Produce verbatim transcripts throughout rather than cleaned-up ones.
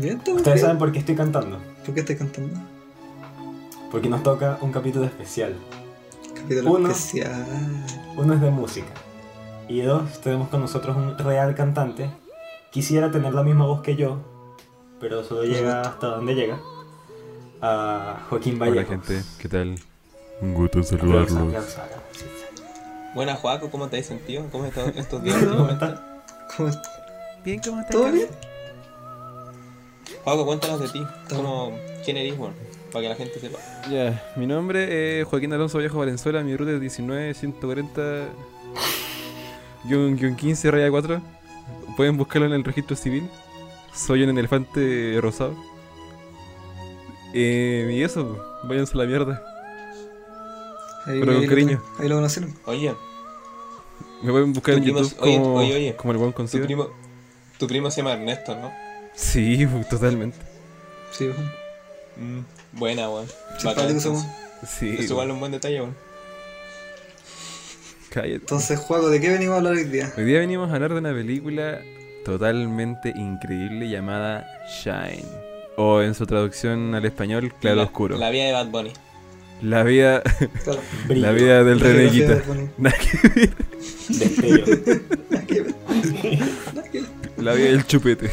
También estamos Ustedes bien. saben por qué estoy cantando. ¿Por qué estás cantando? Porque nos toca un capítulo especial. Capítulo Uno. especial. Uno es de música. Y dos, tenemos con nosotros un real cantante. Quisiera tener la misma voz que yo, pero solo Por llega supuesto. hasta donde llega. A Joaquín Hola Vallejo. gente, ¿qué tal? Un gusto Aplausos, saludarlos. aplausos, aplausos. Buena, Joaco, ¿cómo te has sentido? ¿Cómo estás estos días? ¿Cómo últimamente? estás? ¿Cómo estás? Bien, ¿cómo estás? ¿Todo bien? Joaco, cuéntanos de ti. ¿Cómo, ¿Quién eres, bueno? Para que la gente sepa. Ya, mi nombre es Joaquín Alonso Vallejo Valenzuela, mi ruta es diecinueve ciento cuarenta quince raya cuatro. Pueden buscarlo en el registro civil. Soy un elefante rosado. Eh, y eso, váyanse a la mierda. Ahí, Pero con ahí cariño. Lo, ahí lo conocieron. Oye, Me pueden buscar Tu en primo- YouTube oye, como, oye, oye. como el buen tu conocido. primo, tu primo se llama Ernesto, ¿no? Sí, totalmente. Sí, bueno. Mm, buena, weón. Simpático ese weón. Sí, Eso igual es un buen detalle, weón. cállate. Entonces, Juaco, ¿de qué venimos a hablar hoy día? Hoy día venimos a hablar de una película totalmente increíble llamada Shine. O en su traducción al español, Claro la, Oscuro. La vida de Bad Bunny. La vida, Claro. Brillo, la vida del La Reneguita. biografía de Bonnie. Nada que ver. destello. Nada que ver. Nada que ver. La vida del chupete.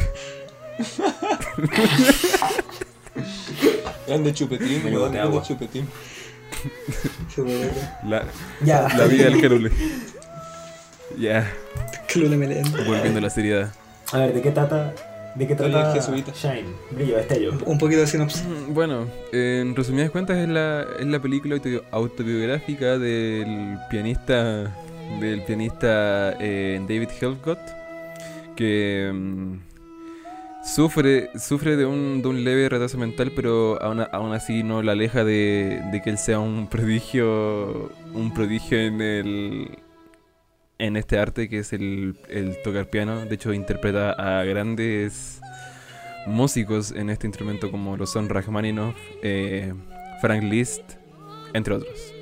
Grande chupetín, Me weón. boté Grande agua. chupetín. Se puede ver. La, Ya. la vida del Carole. Ya, Que lo le melendo. volviendo a la seriedad. A ver, ¿de qué trata? ¿De qué Oye, trata jesuita. Shine? Brillo, destello. Un poquito de sinopsis. Mm, Bueno, en resumidas cuentas es la, es la película auto- autobiográfica del pianista del pianista eh, David Helfgott, que mm, sufre sufre de un, de un leve retraso mental, pero aún, a- aún así no la aleja de, de que él sea un prodigio un prodigio en el en este arte que es el, el tocar piano. De hecho interpreta a grandes músicos en este instrumento como lo son Rachmaninoff, eh, Frank Liszt, entre otros.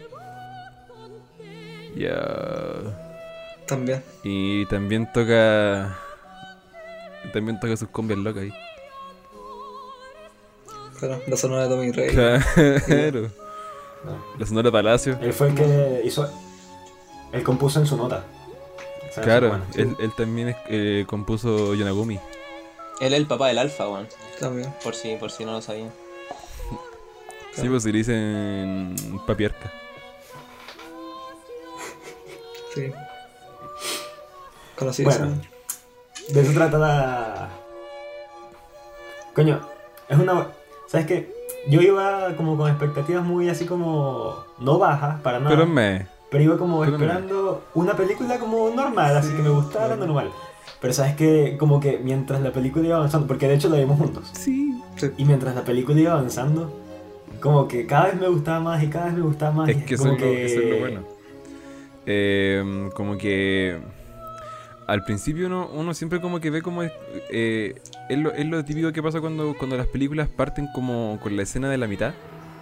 Ya. También. Y también toca. También toca sus cumbias locas ahí. Claro, la sonora de Tommy Rey. Claro. No. La Sonora Palacio. Él fue el que hizo. Él compuso en su nota. ¿Sabes? Claro, Bueno, él, él también es- eh, compuso Yonaguni. Él es el papá del Alfa, weón. También. Por si, por si no lo sabían. Sí, pues se le dicen papiarca. Sí. Conocido ese Bueno, weón. de eso trata la. Coño, es una. ¿Sabes qué? Yo iba como con expectativas muy así como. No bajas para nada. Pero me. Pero iba como Pero no. esperando una película como normal, así Sí, que me gustara claro. normal. Pero sabes que como que mientras la película iba avanzando, porque de hecho la vimos juntos, Sí. Sí. y mientras la película iba avanzando, como que cada vez me gustaba más y cada vez me gustaba más. Es y que eso como es, lo, eso es lo bueno. Eh, como que al principio uno, uno siempre como que ve como es, eh, es, lo, es lo típico que pasa cuando, cuando las películas parten como con la escena de la mitad.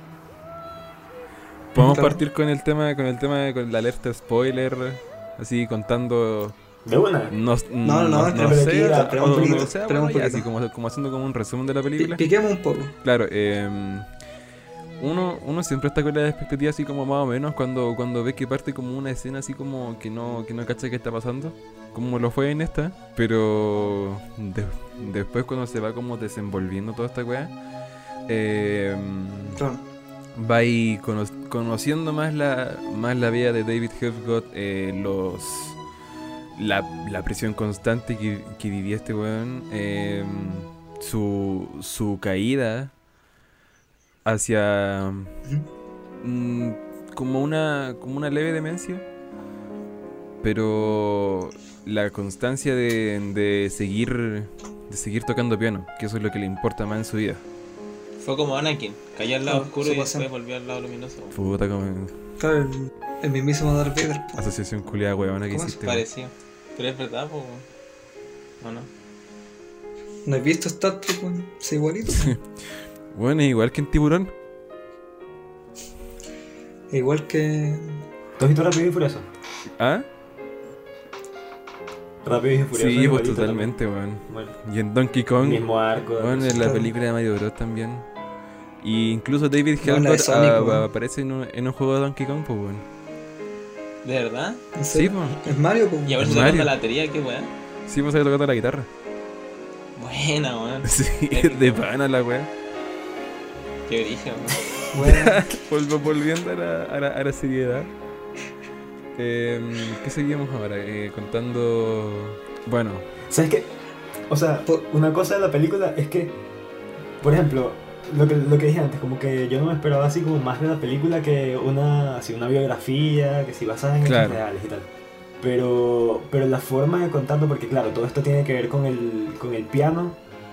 Podemos Claro. partir con el tema, con el tema, con la alerta spoiler, así contando. De una. No, No, no, no, espera, sé, espera, espera o- un o poquito, sea, espera un bueno, ya, poquito. así como, como haciendo como un resumen de la película. Pi- Piquemos un poco. Claro, eh, uno, uno siempre está con la expectativa así como más o menos cuando, cuando ve que parte como una escena así como que no, que no cacha qué está pasando, como lo fue en esta, pero de- después cuando se va como desenvolviendo toda esta weá, eh, Claro. va ahí cono- conociendo más la, más la vida de David Helfgott, eh, los... La, la presión constante que, que vivía este weón, eh, su, su caída hacia mm, como una como una leve demencia, pero la constancia de, de seguir de seguir tocando piano, que eso es lo que le importa más en su vida. Fue como Anakin. Cayó al lado Su- oscuro su y pasión. después volvió al lado luminoso. weón. Puta, como Claro, el, el mismísimo Darth Vader. po. asociación culiada huevona que ¿Cómo es? hiciste. weón. Parecido. Pero es verdad, po. weón. ¿O no? ¿No has visto Star Trek, weón? Es igualito. Bueno, es igual que en Tiburón. Igual que. ¿Tú has visto Rápido y Furioso? ¿Ah? Rápido y Furioso. Sí, pues igualito totalmente, weón. también. Bueno, Y en Donkey Kong, mismo arco. bueno, en la película de Mario Bros. También. Y incluso David Bueno, la de Helfgott Sonic, ah, weón. aparece en un, en un juego de Donkey Kong, pues, weón. ¿De verdad? ¿En Sí, serio? pues. ¿Es Mario? Po? Y a ver si Mario. tocando la batería, qué weá. Sí, pues, había tocado la guitarra. Buena, weón. Sí, Épico. de pana la weá. Qué origen, weón. Bueno, Vol- Volviendo a la, a la, a la seriedad. Eh, ¿Qué seguimos ahora? Eh, contando. Bueno, ¿Sabes qué? O sea, Por- una cosa de la película es que, por ejemplo, lo que, lo que dije antes, como que yo no me esperaba así como más de la película que una, así una biografía, que si basada en hechos Claro. reales y tal. Pero, pero la forma de contarlo, porque claro, todo esto tiene que ver con el, con el piano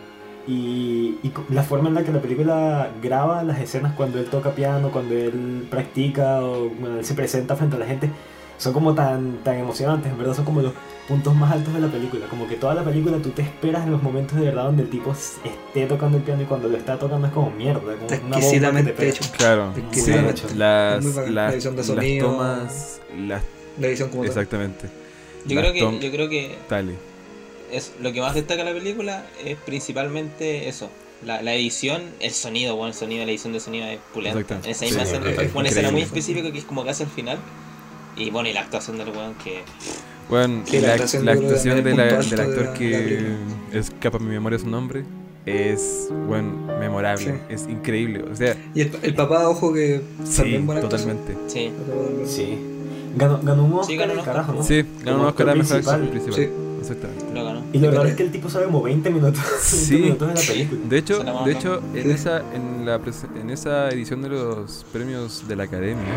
y, y co- la forma en la que la película graba las escenas cuando él toca piano, cuando él practica o cuando él se presenta frente a la gente, son como tan, tan emocionantes, en verdad son como los puntos más altos de la película, como que toda la película tú te esperas en los momentos de verdad donde el tipo s- esté tocando el piano y cuando lo está tocando es como mierda, como Está una bomba que exquisitamente te pega. hecho. claro. Es Sí, muy bien hecho. las, Es muy bacán. las, La edición de las sonido. tomas. Las, La edición como tal. exactamente. Yo Las creo que, tom- yo creo que Dale. es, lo que más destaca la película es principalmente eso. La, la edición, el sonido, bueno, el sonido, la edición de sonido es pulenta. Exacto. En esa misma Sí, escena, es es una escena muy increíble. específica que es como casi al final. Y bueno, y la actuación del weón que... Bueno, Sí, la la, actuación la yo creo que actuación también de es la- el punto del alto actor de la- de la que película. escapa mi memoria su nombre es, bueno, memorable. Sí. Es increíble. O sea, Y el, el papá, ojo, que sí, también buena actuación. totalmente. Sí. Sí. Ganó, ganó un Oscar Sí, ganó el un carajo, ¿no? Sí, ganó un Como Oscar a actor mejor actor principal. principal. Sí. Exactamente. Lo ganó. Y lo raro es que el tipo sabe como veinte minutos, Sí. veinte minutos de la película. De hecho, Se la vamos de a hecho en Sí. esa en la prese- en esa edición de los premios de la Academia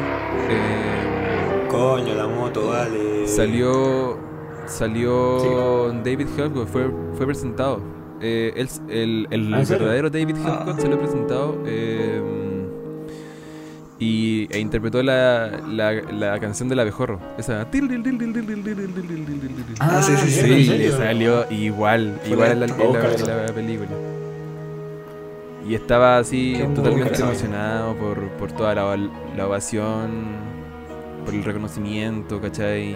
eh, Coño, la moto, vale. salió salió David Helfgott, fue fue presentado. Eh, él- el el ¿Ah, en serio? verdadero David Ah. Helfgott salió presentado eh, y e interpretó la, la, la canción del abejorro, esa. Ah, sí, sí, sí. ¿en Sí, serio? le salió igual, Fue igual en la, la- en la- Buscar en eso. la película. Y estaba así Qué totalmente buscar. emocionado por, por toda la, val- la ovación, por el reconocimiento, ¿cachai?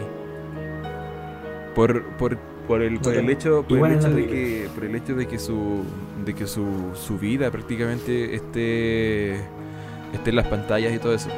Por, por, por el, por el hecho, por Igual el en la hecho de película. que, por el hecho de que su, de que su, su vida prácticamente esté, esté en las pantallas y todo eso.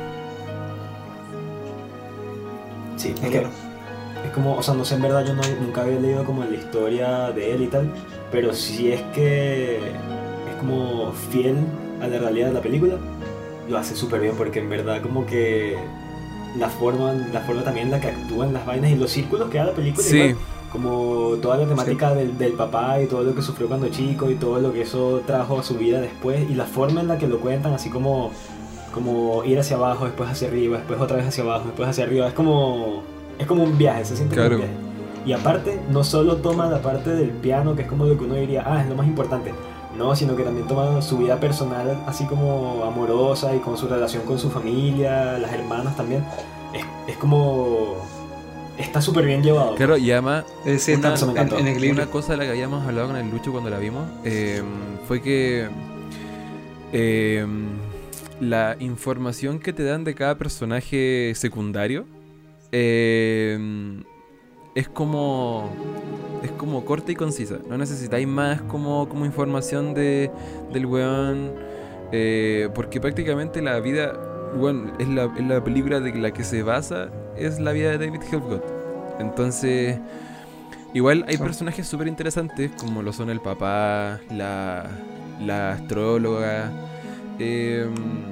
Sí, es Ah, que claro. es como, o sea, no sé, en verdad yo no, nunca había leído como la historia de él y tal, pero sí es que es como fiel a la realidad de la película, lo hace súper bien porque en verdad como que la forma, la forma también en la que actúan las vainas y los círculos que da la película, Sí, igual, como toda la temática del, del papá y todo lo que sufrió cuando chico y todo lo que eso trajo a su vida después y la forma en la que lo cuentan, así como, como ir hacia abajo, después hacia arriba, después otra vez hacia abajo, después hacia arriba, es como, es como un viaje, se siente Claro. como un viaje. Y aparte, no solo toma la parte del piano, que es como lo que uno diría, ah, es lo más importante, no, sino que también toma su vida personal, así como amorosa y con su relación con su familia, las hermanas también. Es, es como... Está súper bien llevado. claro, y además Eh, sí, Una- está me en, encantó. en equilibrio. una cosa de la que habíamos hablado con el Lucho cuando la vimos eh, fue que eh, la información que te dan de cada personaje secundario eh, es como es como corta y concisa. No necesitáis más como, como información de, del weón eh, porque prácticamente la vida, bueno, es la, es la película de la que se basa, es la vida de David Helfgott. Entonces, igual hay Sí. personajes súper interesantes, como lo son el papá, la, la astróloga, eh,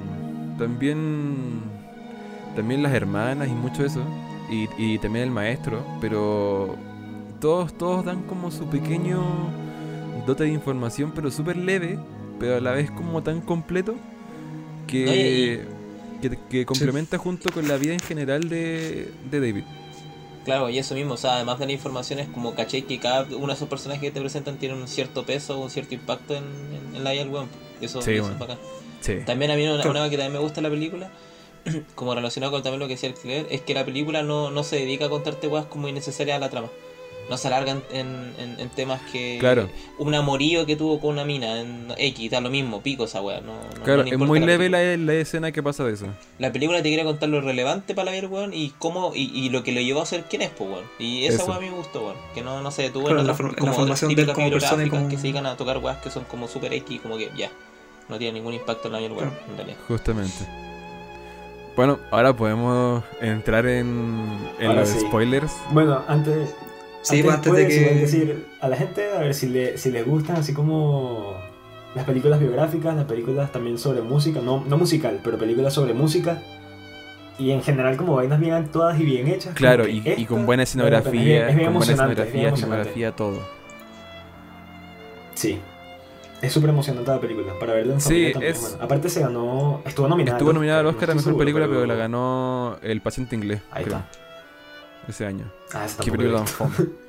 también, también las hermanas y mucho eso, y, y también el maestro, pero todos, todos dan como su pequeño dote de información, pero súper leve, pero a la vez como tan completo, que, No, y- que, que complementa junto con la vida en general de, de David. Claro, y eso mismo, o sea, además de la información es como caché que cada uno de esos personajes que te presentan tiene un cierto peso, un cierto impacto en, en, en la vida del weón. Y eso, Sí, y eso bueno. es bacán. Sí. También a mí una, Claro. una que también me gusta de la película, como relacionado con también lo que decía el Claire, es que la película no, no se dedica a contarte weas como innecesarias a la trama. No se alargan en, en, en temas que... Claro. Un amorío que tuvo con una mina en X, da lo mismo, pico esa weá. No, no, Claro, no le es importa muy la leve película. la, la escena que pasa de eso. La película te quiere contar lo relevante para la ver, weón, y cómo, y, y lo que lo llevó a ser quien es, pues, weón. Y esa Eso. weá a mí me gustó, weón. Que no, no se detuvo Claro, en la otras, form- la como otras formación de él típicas como persona y bibliográficas como- que se dedican a tocar weas que son como super X, como que ya, no tiene ningún impacto en la vida, weón, Claro. en realidad. Justamente. Bueno, ahora podemos entrar en, en Ahora los sí. spoilers. Bueno, antes, Sí, pues, antes de puedes igual que... decir a la gente a ver si, le, si les gustan así como las películas biográficas, las películas también sobre música, no, no musical, pero películas sobre música y en general como vainas bien actuadas y bien hechas. Claro, como y, que y con esta buena vale la pena. escenografía, Es bien, es bien con buena emocionante, es bien escenografía, emocionante. fotografía, todo. Sí, es súper emocionante la película, para verla en Sí, familia también. es- Bueno, aparte se ganó, estuvo nominada. Estuvo al nominada al no Oscar a estoy Mejor seguro, Película, pero... la ganó El Paciente Inglés, Ahí creo, está. ese año. Ah, esa Qué tampoco película la he tan visto. fome.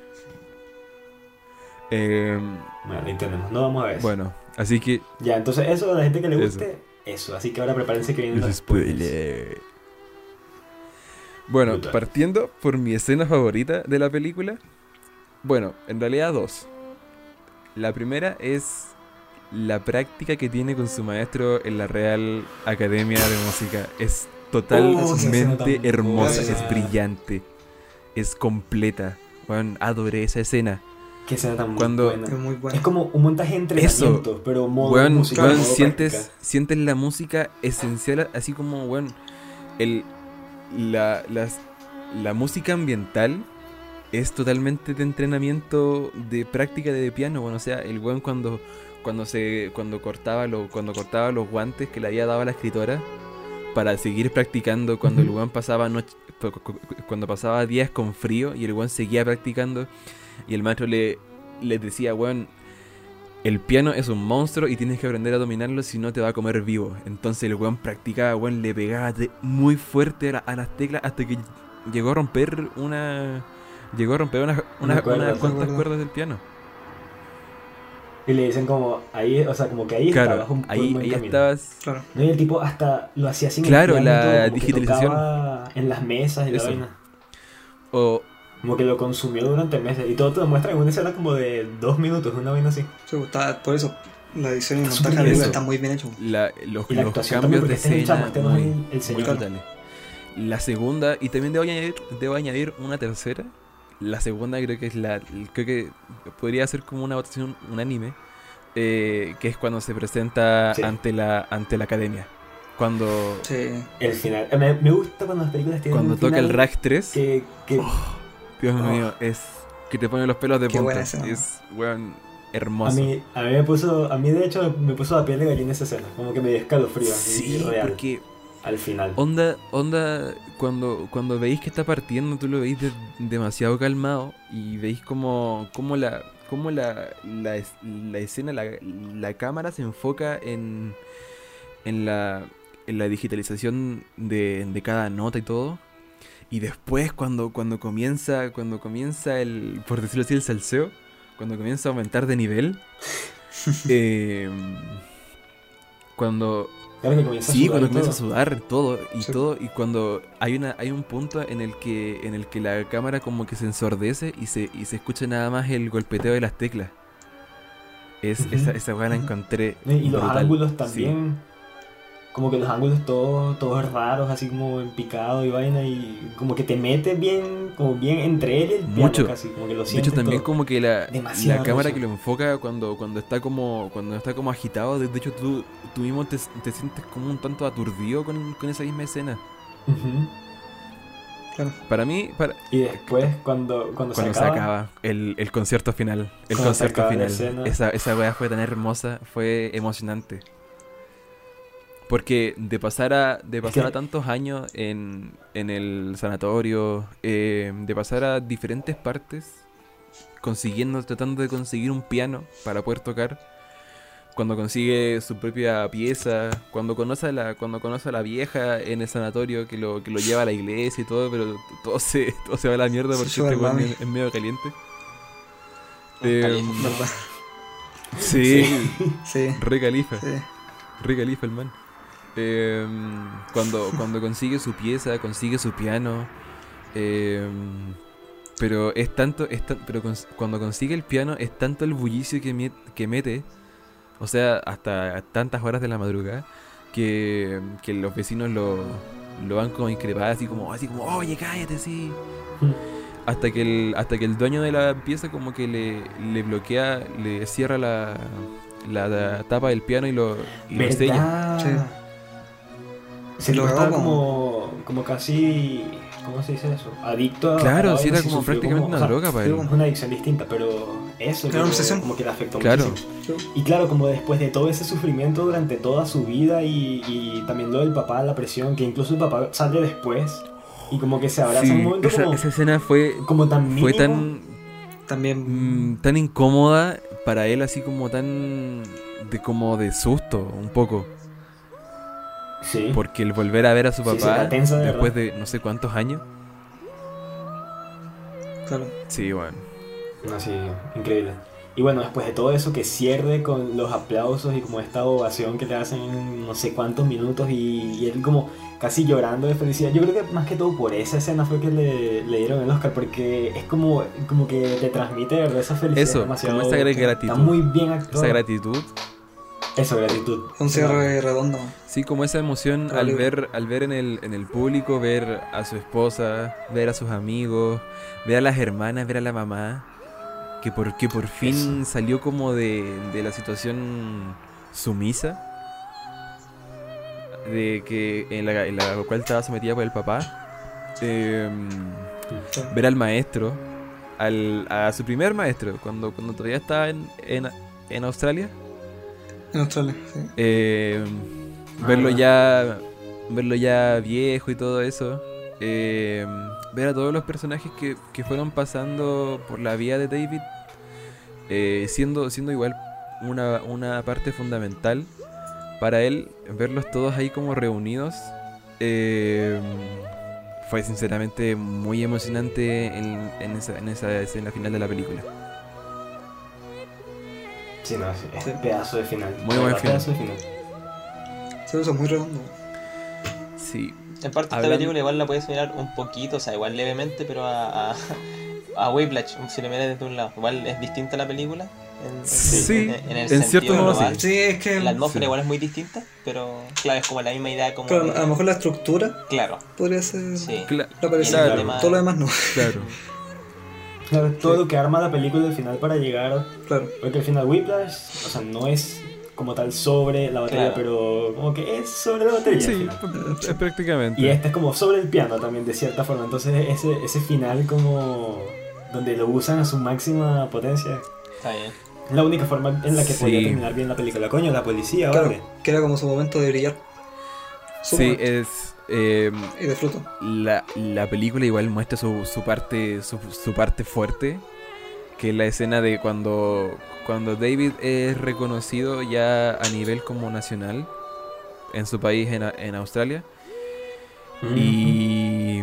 Eh, Bueno, ahí tenemos, no vamos a ver. bueno, así que... Ya, entonces eso, a la gente que le Eso. guste, eso. Así que ahora prepárense que vienen los los spoilers. spoilers. Bueno, Brutal. partiendo por mi escena favorita de la película. Bueno, en realidad dos. La primera es la práctica que tiene con su maestro en la Real Academia de Música. Es Oh, esa escena totalmente tan hermosa, buena. es brillante, es completa. Bueno, adoré esa escena. Qué escena tan Cuando- buena. Es muy bueno. Es como un montaje de entrenamiento, pero modo Weón, música, weón, modo sientes, práctica. sientes la música esencial, así como, weón, el, la, las- la música ambiental es totalmente de entrenamiento, de práctica de piano, bueno, o sea, el weón cuando, cuando se, cuando cortaba lo, cuando cortaba los guantes que le había dado a la escritora para seguir practicando, cuando el Ujú. weón pasaba noche, cu- cu- cu- cuando pasaba días con frío y el weón seguía practicando y el maestro le, le decía, weón, el piano es un monstruo y tienes que aprender a dominarlo, si no te va a comer vivo. Entonces el weón practicaba, weón, le pegaba de- muy fuerte a, la- a las teclas hasta que llegó a romper una... Llegó a romper unas Una una, cuerda, unas sí, cuantas recuerdo. cuerdas del piano. Y le dicen como, ahí, o sea, como que ahí Claro, estabas un por ahí, buen ahí camino. estabas... Claro. No, y el tipo hasta lo hacía sin Claro, el piano y la todo, como que digitalización. tocaba en las mesas y la Eso. vaina. O, Como que lo consumió durante meses. Y todo te lo muestra en una escena como de dos minutos, una vaina así. Sí, pues, está- por eso, la edición y el Está montaje de la súper película bien. está muy bien hecho. la, los, Y la los actuación cambios también, de porque este es el escena chamo, este no es muy, el- el muy señor. brutales. La segunda, y también debo añadir, debo añadir una tercera. La segunda creo que es la... Creo que podría ser como una votación unánime. Eh, que es cuando se presenta Sí. ante la ante la academia. Cuando, Sí. El final. Me, me gusta cuando las películas tienen cuando un toca el final Rack tres. que, que Dios Oh. mío, es que te pone los pelos de Qué punta. buena escena. Es, weón, a hermoso. mí, a mí me puso, a mí de hecho me puso la piel de gallina esa escena, como que me dio escalofrío, así, Sí, real, porque al final. onda, onda, cuando, cuando veis que está partiendo, tú lo veis de- demasiado calmado y veis como, como la, como la, la, es- la escena, la, la cámara se enfoca en, en la, en la digitalización de, de cada nota y todo. Y después cuando, cuando comienza, cuando comienza el, por decirlo así, el salseo, cuando comienza a aumentar de nivel, eh, cuando Claro que comienza sí, a cuando sudar y comienza a todo. sudar todo y Sí. todo y cuando hay una hay un punto en el que en el que la cámara como que se ensordece y se y se escucha nada más el golpeteo de las teclas. Es Ujú, esa esa weá la ujú. encontré Y los brutal. ángulos Sí. también, como que los ángulos todos, todos raros, así como en picado y vaina, y como que te mete bien, como bien entre él y el piano Mucho. casi, como que lo De sientes hecho también todo. como que la, Demasiado la cámara hermoso. que lo enfoca cuando cuando está como cuando está como agitado, de de hecho tú tú mismo te, te sientes como un tanto aturdido con, con esa misma escena. Ujú. Claro. Para mí para Y después cuando, cuando, cuando se acaba, el, el concierto final. El Cuando se concierto acaba la final. escena. Esa, esa weá fue tan hermosa, fue emocionante. Porque de pasar a, de pasar que- a tantos años en, en el sanatorio, eh, de pasar a diferentes partes, consiguiendo, tratando de conseguir un piano para poder tocar. Cuando consigue su propia pieza, cuando conoce a la, cuando conoce a la vieja en el sanatorio que lo, que lo lleva a la iglesia y todo, pero todo se, todo se va a la mierda Se porque sube este al weón mami. es, es medio caliente. Un Eh, califa. ¿Verdad? sí, Sí. re califa, Sí. re califa el man. Eh, cuando, cuando consigue su pieza, consigue su piano, eh, Pero es tanto, es tan- pero cons- cuando consigue el piano es tanto el bullicio que, mi- que mete, o sea, hasta tantas horas de la madrugada, que, que los vecinos lo, lo van como increpar, así como, así como, oye, cállate, sí. Hasta que el, hasta que el dueño de la pieza como que le, le bloquea, le cierra la, la, la tapa del piano y lo, y lo sella. ¿Verdad? Sí. Se Lo lo estaba hago como, como casi, ¿cómo se dice eso? Adicto a Claro, a sí era vainas y como sufrió prácticamente como- una o sea, droga para sí, él. como- Es una adicción distinta, pero eso Era yo- obsesión. como que le afectó Claro. muchísimo. Y claro, como después de todo ese sufrimiento durante toda su vida y, y también lo del papá, la presión, que incluso el papá sale después y como que se abraza Sí, un momento esa, como, esa escena fue, como tan mínimo. fue tan, También. mm, tan incómoda para él, así como tan de como de susto, un poco. Sí. Porque el volver a ver a su Sí, sí, papá era tensa, de después verdad. de no sé cuántos años. Claro. Sí, bueno. No, sí, increíble. Y bueno, después de todo eso que cierre con los aplausos y como esta ovación que le hacen en no sé cuántos minutos y, y él como casi llorando de felicidad. Yo creo que más que todo por esa escena fue que le, le dieron el Oscar, porque es como, como que te transmite de verdad esa felicidad. Eso, demasiado, como esa gra- que gratitud. Está muy bien actuado. Esa gratitud. Eso, gratitud. Un cierre redondo. Sí, como esa emoción Claro. al ver, al ver en el, en el público, ver a su esposa, ver a sus amigos, ver a las hermanas, ver a la mamá, que por, que por fin salió como de, de la situación sumisa, de que en la, en la cual estaba sometida por el papá. Eh, ver al maestro, al, a su primer maestro, cuando, cuando todavía estaba en, en, en Australia. En Australia, sí. Eh, Ah, verlo verdad. ya verlo ya viejo y todo eso. Eh, ver a todos los personajes que, que fueron pasando por la vida de David, eh, siendo, siendo igual una, una parte fundamental para él. Verlos todos ahí como reunidos, eh, fue sinceramente muy emocionante en, en, esa, en esa escena final de la película. Sí, no, sí, es Sí. pedazo de final. Muy De buen verdad, final. pedazo de final. Sí, eso es muy redondo. Sí, En parte esta Hablando- película igual la puedes mirar un poquito, o sea, igual levemente, pero a, a, a Whiplash, si lo miras desde un lado. Igual es distinta la película. En, en- Sí, en, en el en sentido cierto modo global. Sí, es que. La atmósfera Sí. igual es muy distinta, pero claro, es como la misma idea como... Claro, de- a lo mejor la estructura Claro, podría ser. sí. cla- Lo parecido, Claro. pero todo lo demás no. claro. Claro, todo Sí. lo que arma la película al final para llegar. Claro. Porque al final Whiplash, o sea, no es como tal sobre la batería, Claro. pero como que es sobre la batería. al Sí, final. es prácticamente. Y este es como sobre el piano también, de cierta forma. Entonces ese, ese final como donde lo usan a su máxima potencia. Está bien. Es la única forma en la que Sí. podía terminar bien la película. Coño, la policía, Claro, vale. que era como su momento de brillar. Su Sí, momento. es. eh, Y de fruto. la, la película igual muestra su, su parte su, su parte fuerte, que es la escena de cuando, cuando David es reconocido ya a nivel como nacional en su país, en, A- en Australia. Y.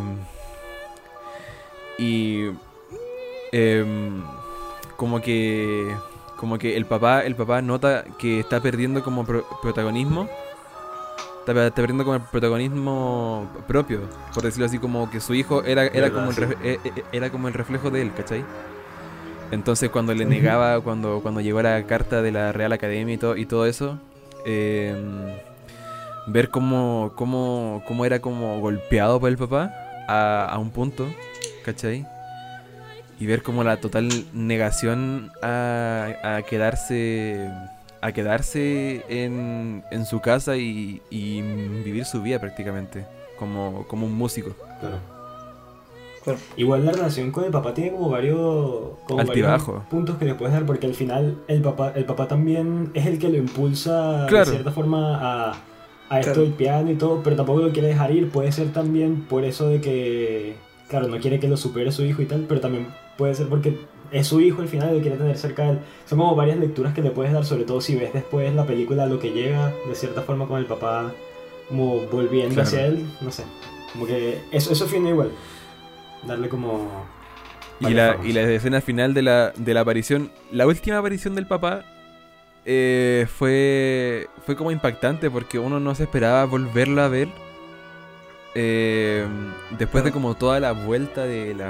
Y. em, como que. Como que el papá, el papá nota que está perdiendo como pro- protagonismo. Está, está perdiendo como el protagonismo propio, por decirlo así, como que su hijo era, era, Verdad, como, el sí. ref- eh, eh, era como el reflejo de él, ¿cachai? Entonces cuando le Ujú. negaba, cuando, cuando llegó la carta de la Real Academia y todo, y todo eso, eh, ver cómo, cómo, cómo era como golpeado por el papá a, a un punto, ¿cachai? Y ver como la total negación a, a quedarse a quedarse en, en su casa y, y vivir su vida prácticamente como, como un músico. Claro. Claro. Igual la relación con el papá tiene como varios, como Altibajo. varios puntos que le puedes dar, porque al final el papá, el papá también es el que lo impulsa Claro. de cierta forma a, a esto Claro. del piano y todo, pero tampoco lo quiere dejar ir. Puede ser también por eso de que, claro, no quiere que lo supere su hijo y tal, pero también puede ser porque es su hijo al final y lo quiere tener cerca de él. Son como varias lecturas que le puedes dar, sobre todo si ves después la película, lo que llega de cierta forma con el papá como volviendo Claro. hacia él, no sé, como que eso, eso fina igual. Darle como... Y varias la, formas. y la escena final de la, de la aparición, la última aparición del papá, eh, fue, fue como impactante porque uno no se esperaba volverlo a ver. Eh, después de como toda la vuelta de la,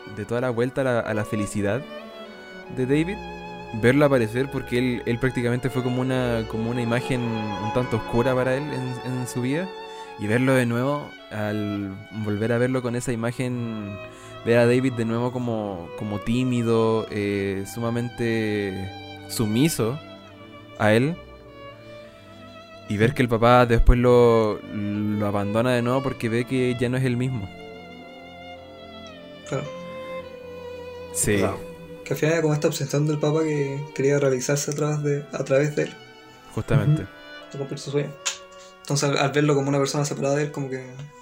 de toda la vuelta a la, a la felicidad de David, verlo aparecer, porque él, él prácticamente fue como una, como una imagen un tanto oscura para él en, en su vida, y verlo de nuevo, al volver a verlo con esa imagen, ver a David de nuevo como, como tímido, eh, sumamente sumiso a él, y ver que el papá después lo, lo abandona de nuevo porque ve que ya no es el mismo. Claro. Sí. Claro. Que al final era como esta obsesión del papá que quería realizarse a través de, a través de él, Justamente. de cumplir su sueño. Entonces al, al verlo como una persona separada de él, como que...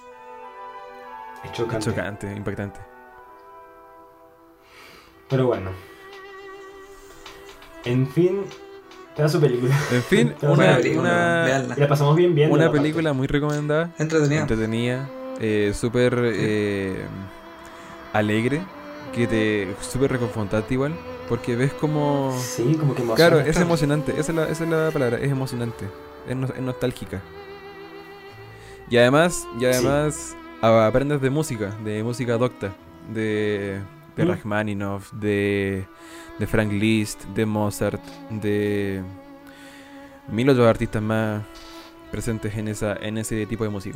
Es chocante. Chocante, impactante. Pero bueno. En fin, pedazo de película. En fin, Pedazo de una, película, una, veanla. Y la pasamos bien bien. una película muy recomendada, Entretenida. entretenida, eh, súper eh, alegre, que te súper reconfortante igual, porque ves como... Sí, como que emociona. Claro, es claro. emocionante, esa es, la, esa es la palabra, es emocionante, es, no- es nostálgica. Y además, y además a- aprendes de música, de música docta, de, de Mm. Rachmaninoff, de, de Frank Liszt, de Mozart, de mil otros artistas más presentes en esa en ese tipo de música.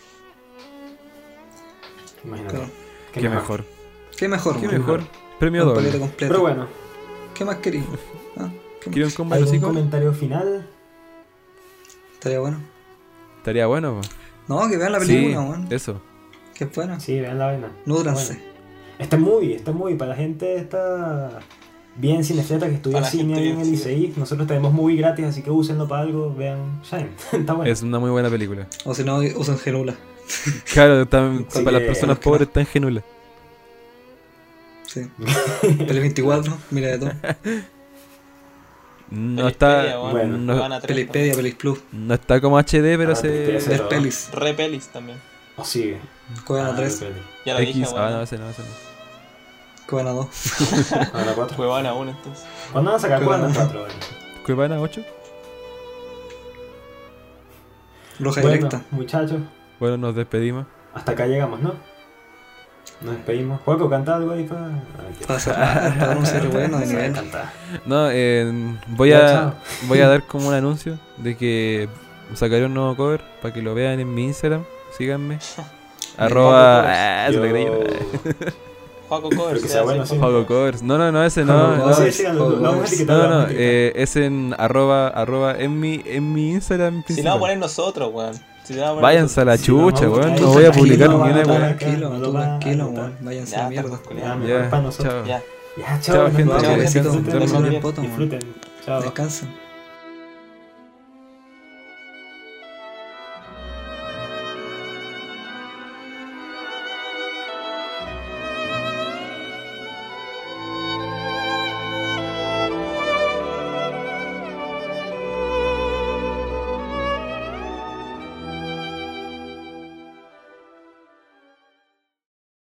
Imagínate. Claro. Qué, mejor. ¿Qué mejor? Qué man? mejor. Premio Un paquete doble. completo. Pero bueno, ¿Qué más querías? Ah, ¿qué más? ¿Quieren un combo de ¿algún hocico? comentario final? Estaría bueno. Estaría bueno. po. No, que vean la Sí, película, weón. eso. Que es buena. Sí, vean la vaina. Nútranse. Bueno. Está muy, está muy. Para la gente está bien cinefleta que estudia Para la cine gente ahí en bien, el sí. I C I. Nosotros tenemos muy gratis, así que úsenlo para algo. Vean Shine. Está bueno. Es una muy buena película. O si no, usan Genula. Claro, está- Sí, para las que- personas claro. pobres está en Genula. Sí. Peli veinticuatro, mira de todo. No está, Pelispedia, weón. bueno, no, Van a tres, Pelispedia, Pelis Plus. no está como H D, pero Ah, Pelispedia, se... sí. Ves todo. pelis. ¿no? Re pelis también. Oh, sí. Cuevana Ah, tres, depende. Ya lo dije, X, ah, no, weón. ese no, ese no. Cuevana dos. A la cuatro. Cuevana uno entonces. ¿Cuándo van a sacar Cuevana. cuatro? cuatro? Bueno. Cuevana ocho. Roja Bueno, directa. muchachos, Bueno, nos despedimos. hasta acá llegamos, ¿no? Nos despedimos. Juaco, canta algo ahí para... Para cerrar, para dar un cierre bueno de nivel. Cantar. No, eh, voy Ya, a chao. voy a dar como un anuncio de que sacaré un nuevo cover para que lo vean en mi Instagram. Síganme. Arroba... Ah, se lo creí. Juaco Covers. Pero que sea bueno, sí. Juego covers. No, no, no, ese no. Juego no, covers. sí, es- sí, lo, lo vamos a etiquetar. no, lo no, vamos a etiquetar. eh, es en arroba, arroba en mi, en mi Instagram Si la vamos a principal. poner nosotros, weón. Si la vamos a poner Váyanse a la Sí, chucha, no, weón. ahí No voy a tranquilo, publicar no ni van una a weón. estar- Tranquilo, no tú lo va a tranquilo, anotar. weón. Váyanse Ya, a la mierda. estamos con- Ya, Ya, mejor Ya, para nosotros. chao. Ya. Ya, chao. Chao, nos gente. vemos. Chao, besitos. Disfruten la Duerman noche. bien, poto. Disfruten. Chao. Descansen.